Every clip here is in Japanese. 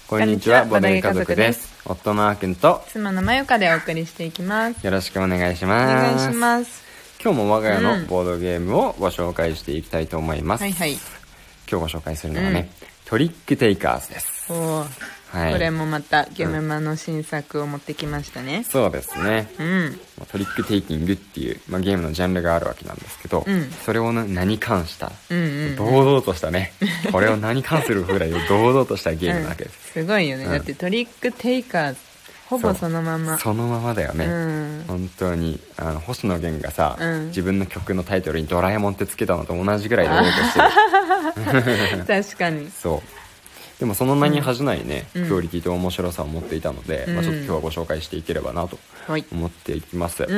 こんにちは、ボドゲ家族です。夫のあーくんと妻のまゆかでお送りしていきます。 よろしくお願いしおます。 願いします。 今日も我が家のボードゲームをご紹介していきたいと思います。 はいはい。 今日ご紹介するのはね、トリックテイカーズです。 おー、はい、これもまたゲームマの新作を持ってきましたね。 そうですね、トリックテイキングっていう、ゲームのジャンルがあるわけなんですけど、それを名に関した、堂々としたねこれを名に関するぐらい堂々としたゲームなわけです、 すごいよね、だってトリックテイカーズほぼそのままそのままだよね、本当に星野源がさ、自分の曲のタイトルにドラえもんってつけたのと同じぐらい堂々としてる確かに。 そうでもその名に恥じないね、クオリティと面白さを持っていたので、ちょっと今日はご紹介していければなと思っていきます。はい、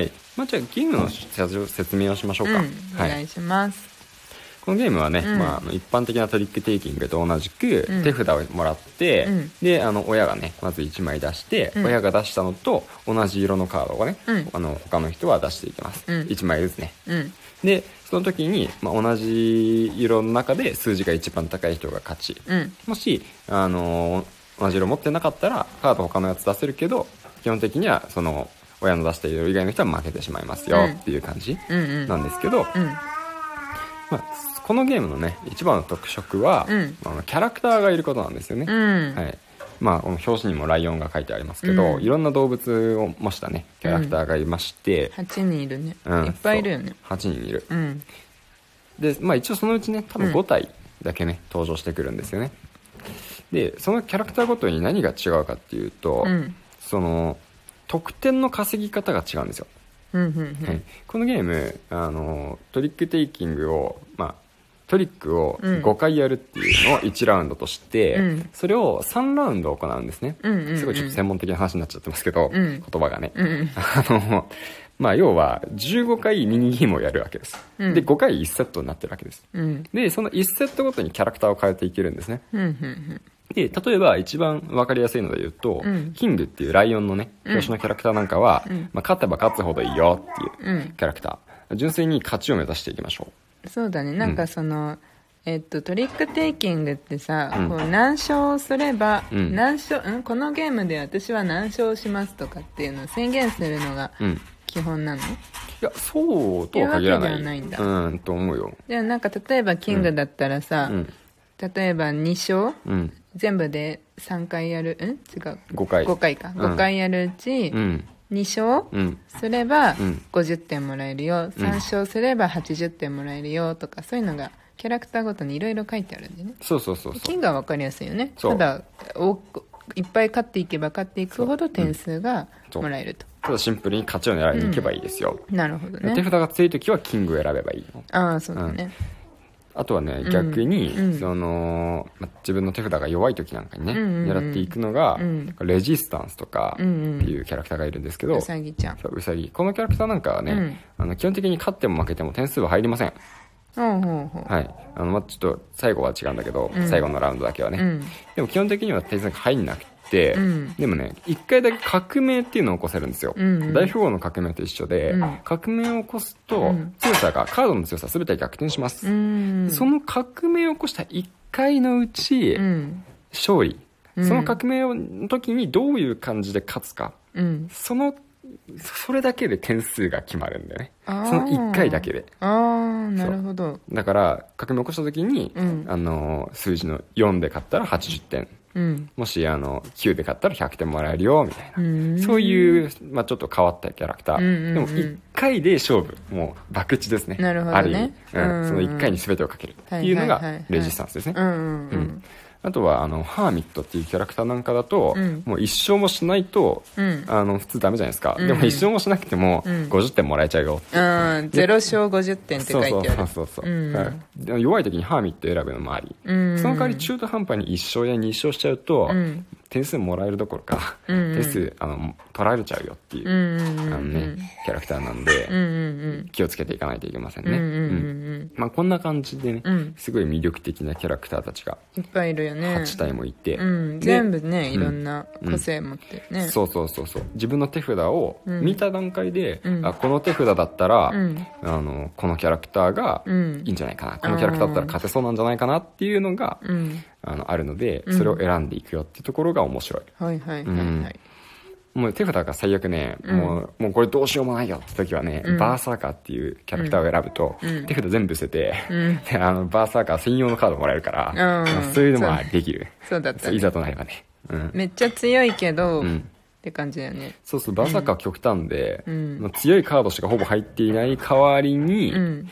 じゃあゲームの説明をしましょうか。 お願いします。 このゲームはね、一般的なトリックテイキングと同じく、手札をもらって、で親がねまず1枚出して、親が出したのと同じ色のカードをね、他の人は出していきます、1枚ずつね、でその時に、同じ色の中で数字が一番高い人が勝ち、もし同じ色持ってなかったらカード他のやつ出せるけど、基本的にはその親の出した色以外の人は負けてしまいますよっていう感じなんですけど、このゲームのね一番の特色は、キャラクターがいることなんですよね、はい。この表紙にもライオンが書いてありますけど、いろんな動物を模したねキャラクターがいまして、 8人いるね、いっぱいいるよね。 8人いる、で一応そのうちね多分5体だけね、登場してくるんですよね。でそのキャラクターごとに何が違うかっていうと、その得点の稼ぎ方が違うんですよ。このゲームトリックテイキングをトリックを5回やるっていうのを1ラウンドとして、それを3ラウンド行うんですね、すごいちょっと専門的な話になっちゃってますけど、言葉がね、要は15回ミニゲームをやるわけです、で5回1セットになってるわけです、でその1セットごとにキャラクターを変えていけるんですね、で例えば一番分かりやすいので言うと、キングっていうライオンのね表紙のキャラクターなんかは、勝てば勝つほどいいよっていうキャラクター、純粋に勝ちを目指していきましょう。 そうだね、なんかその、トリックテイキングってさ、こう何勝すれば、このゲームで私は何勝しますとかっていうのを宣言するのが基本なの？いや、そうとは限らない。 いうわけではないんだ。 と思うよ。 でもなんか例えばキングだったらさ、例えば2勝、全部で3回やる、違う。 5回。 5回か。5回やるうち、2勝すれば50点もらえるよ、3勝すれば80点もらえるよとか、そういうのがキャラクターごとにいろいろ書いてあるんでね。 そうキングは分かりやすいよね。ただいっぱい勝っていけば勝っていくほど点数がもらえると。 ただシンプルに勝ちを狙いに行けばいいですよ、 なるほどね。 手札が強い時はキングを選べばいいの。 ああ、そうだね、 あとはね、逆に、その自分の手札が弱い時なんかにね、狙っていくのが、レジスタンスとかっていうキャラクターがいるんですけど、 うさぎちゃん。 うさぎ、このキャラクターなんかはね、基本的に勝っても負けても点数は入りません。はい。ちょっと最後は違うんだけど、最後のラウンドだけはね、でも基本的には点数が入んなくて、でもね1回だけ革命っていうのを起こせるんですよ、大富豪の革命と一緒で、革命を起こすと、強さがカードの強さ全て逆転します、その革命を起こした1回のうち、勝利、その革命の時にどういう感じで勝つか、それだけで点数が決まるんだよね、その1回だけで。 なるほど。 だから革命を起こした時に、数字の4で勝ったら80点、もし9で勝ったら100点もらえるよみたいな、そういう、ちょっと変わったキャラクター、でも1回で勝負、もう博打ですね。 なるほどね。 その1回に全てをかけるっていうのがレジスタンスですね。あとはハーミットっていうキャラクターなんかだと、もう一勝もしないと、普通ダメじゃないですか、でも一勝もしなくても50点もらえちゃうよ、 0勝50点って書いてある。 そう、弱い時にハーミット選ぶのもあり、その代わり中途半端に1勝や2勝しちゃうと、点数もらえるどころか、点数取られちゃうよっていう、キャラクターなんで、気をつけていかないといけませんね。こんな感じでね、すごい魅力的なキャラクターたちがいっぱいいるよね。 8体もいて、 全部ね、いろんな個性持ってるね。 そう自分の手札を見た段階で、この手札だったら、このキャラクターがいいんじゃないかな、このキャラクターだったら勝てそうなんじゃないかなっていうのがあるので、それを選んでいくよっていうところが面白い。 はいはいはいはい。 もう手札が最悪ね、もうこれどうしようもないよって時はね、バーサーカーっていうキャラクターを選ぶと、手札全部捨てて、でバーサーカー専用のカードもらえるから、そういうのもできる。 そうだったね。 いざとなればね。 めっちゃ強いけど、って感じだよね。 そうそう、バーサーカーは極端で、強いカードしかほぼ入っていない代わりに、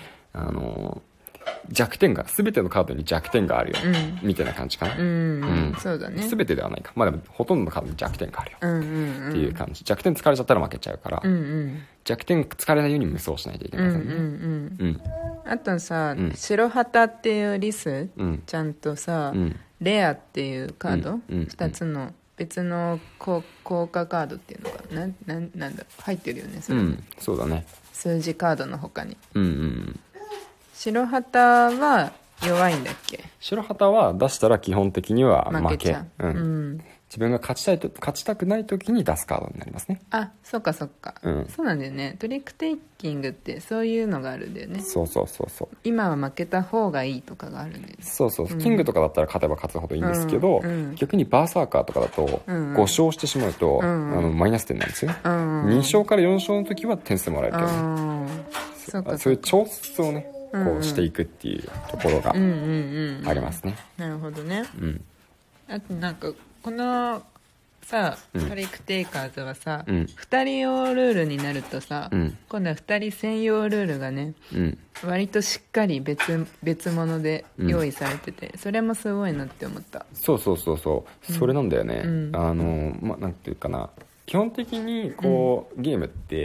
弱点が、全てのカードに弱点があるよ、みたいな感じかな。 そうだね。 全てではないか。まあでもほとんどのカードに弱点があるよ、っていう感じ。弱点疲れちゃったら負けちゃうから、弱点疲れないように無双しないといけないですね。 あとさ、白旗っていうリス、ちゃんとさ、レアっていうカード、2つの別の効果カードっていうのがなんだ入ってるよね、それ。 そうだね。 数字カードの他に。白旗は弱いんだっけ？ 白旗は出したら基本的には負け。自分が勝ちたくない時に出すカードになりますね。 あ、そっかそっか。そうなんだよね。トリックテイキングってそういうのがあるんだよね。 そう。 今は負けた方がいいとかがあるんだよね。 そう。キングとかだったら勝てば勝つほどいいんですけど、逆にバーサーカーとかだと5勝してしまうと、マイナス点なんですよ。2勝から4勝の時は点数もらえるけど、そういう調節をね、こうしていくっていうところがありますね。 なるほどね。あとなんかこのさ、トリックテイカーズはさ、2人用ルールになるとさ、今度は2人専用ルールがね、割としっかり別物で用意されてて、それもすごいなって思った。 そう、それなんだよね。なんていうかな、基本的にこう、ゲームって、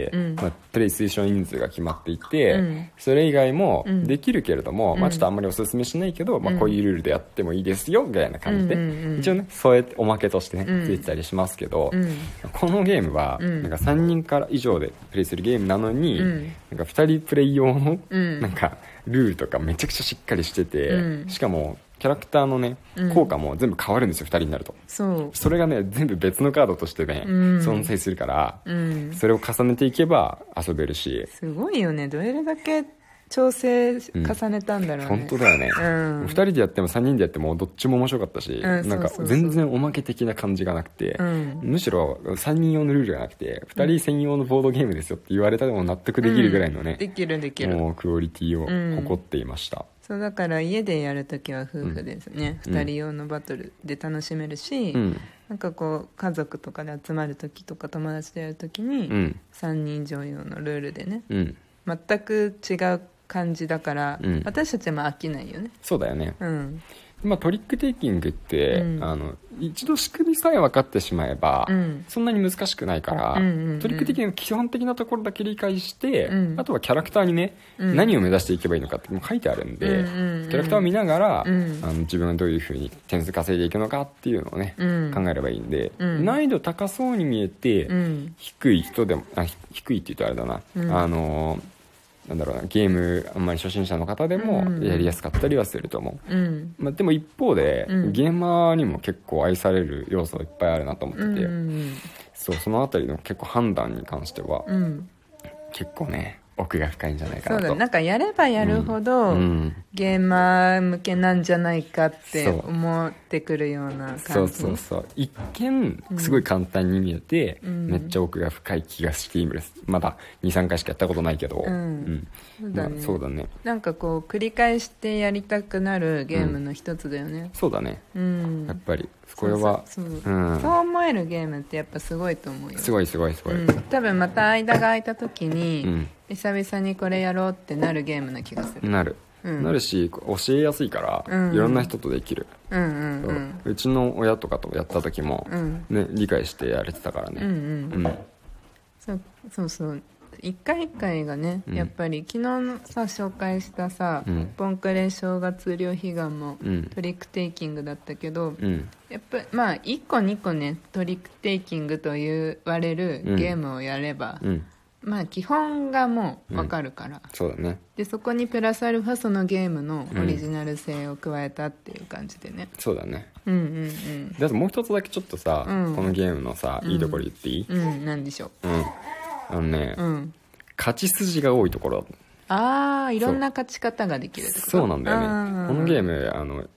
プレイ推奨人数が決まっていて、それ以外もできるけれども、ちょっとあんまりおすすめしないけど、こういうルールでやってもいいですよぐらいな感じで、一応ね、そうやっておまけとしてね、ついてたりしますけど、このゲームはなんか3人から以上でプレイするゲームなのに、なんか2人プレイ用のなんかルールとかめちゃくちゃしっかりしてて、しかもキャラクターのね、効果も全部変わるんですよ、2人になると。それがね、全部別のカードとしてね、存在するから、それを重ねていけば遊べるし。 すごいよね。どれだけ調整重ねたんだろうね。 本当だよね。2人でやっても3人でやってもどっちも面白かったし、なんか全然おまけ的な感じがなくて、むしろ3人用のルールがなくて、2人専用のボードゲームですよって言われたでも納得できるぐらいのね、 できるもうクオリティを誇っていました。 そうだから家でやるときは夫婦ですね、2人用のバトルで楽しめるし、なんかこう家族とかで集まるときとか友達とやるときに、3人以上用のルールでね、全く違う感じだから、私たちも飽きないよね。 そうだよね。トリックテイキングって、一度仕組みさえ分かってしまえば、そんなに難しくないから、トリックテイキングの基本的なところだけ理解して、あとはキャラクターにね、何を目指していけばいいのかっても書いてあるんで、キャラクターを見ながら、自分がどういう風に点数稼いでいくのかっていうのをね、考えればいいんで、難易度高そうに見えて、低い人でも、低いって言うとあれだな、なんだろうな、ゲームあんまり初心者の方でもやりやすかったりはすると思う、でも一方で、ゲーマーにも結構愛される要素いっぱいあるなと思ってて、そのあたりの結構判断に関しては、結構ね奥が深いんじゃないかなと。 そうだ、なんかやればやるほど、ゲーマー向けなんじゃないかって思ってくるような感じ。 そう一見すごい簡単に見えて、めっちゃ奥が深い気がしています。まだ 2,3 回しかやったことないけど、そうだね。なんかこう繰り返してやりたくなるゲームの一つだよね。 そうだね、やっぱりこれはそう思えるゲームってやっぱすごいと思うよ。 すごい、 多分また間が空いた時に、久々にこれやろうってなるゲームな気がする。 なるし、教えやすいから、いろんな人とできる。うちの親とかとやった時も、理解してやれてたからね。 そう一回一回がね、やっぱり昨日のさ紹介したさ、ボンクレ正月両悲願もトリックテイキングだったけど、やっぱ1個2個ねトリックテイキングと言われるゲームをやれば、基本がもう分かるから、 そうだね。 でそこにプラスアルファそのゲームのオリジナル性を加えたっていう感じでね、 そうだね。であともう一つだけちょっとさ、このゲームのさいいところ言っていい？ 何でしょう。 勝ち筋が多いところ。 いろんな勝ち方ができる。 そうなんだよね。このゲーム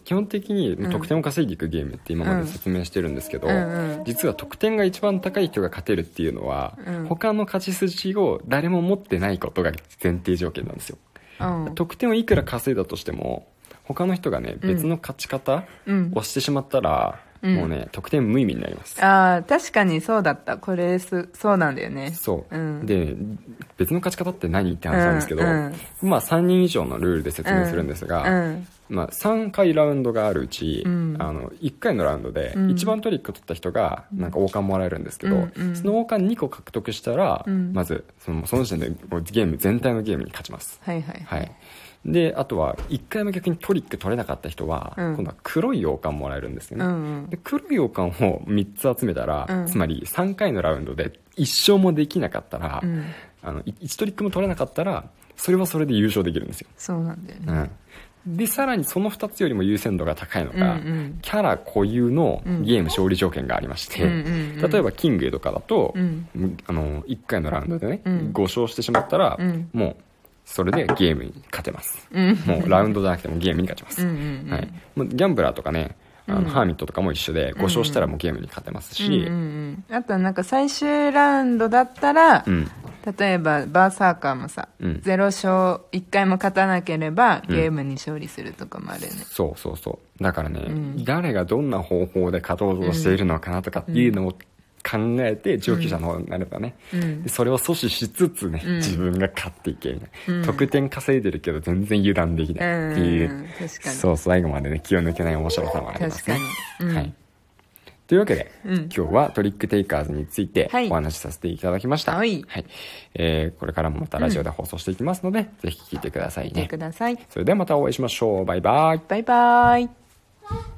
基本的に得点を稼いでいくゲームって今まで説明してるんですけど、実は得点が一番高い人が勝てるっていうのは、他の勝ち筋を誰も持ってないことが前提条件なんですよ。得点をいくら稼いだとしても他の人がね別の勝ち方をしてしまったら、もうね得点無意味になります。 確かにそうだった。これそうなんだよね。 そう、で別の勝ち方って何って話なんですけど、まあ3人以上のルールで説明するんですが、まあ、3回ラウンドがあるうち、1回のラウンドで一番トリック取った人がなんか王冠もらえるんですけど、その王冠2個獲得したら、まずその時点でゲーム全体のゲームに勝ちます。であとは1回も逆にトリック取れなかった人は、今度は黒い王冠もらえるんですよね。で黒い王冠を3つ集めたら、つまり3回のラウンドで1勝もできなかったら、1トリックも取れなかったらそれはそれで優勝できるんですよ。 そうなんだよね。 でさらにその2つよりも優先度が高いのが、キャラ固有のゲーム勝利条件がありまして、例えばキングとかだと、1回のラウンドでね、5勝してしまったら、もうそれでゲームに勝てます、もうラウンドじゃなくてもゲームに勝ちます、ギャンブラーとかね、ハーミットとかも一緒で5勝したらもうゲームに勝てますし、 あとなんか最終ラウンドだったら、例えばバーサーカーもさ、0勝1回も勝たなければゲームに勝利するとかもあるよね。 そうだからね、誰がどんな方法で勝とうとしているのかなとかっていうのを考えて上級者の方になればね、でそれを阻止しつつね、自分が勝っていける、得点稼いでるけど全然油断できないっていう、最後までね気を抜けない面白さもありますね。というわけで、今日はトリックテイカーズについてお話しさせていただきました。これからもまたラジオで放送していきますので、ぜひ聞いてくださいね。 聞いてください。 それではまたお会いしましょう。バイバイ。 バイバイ。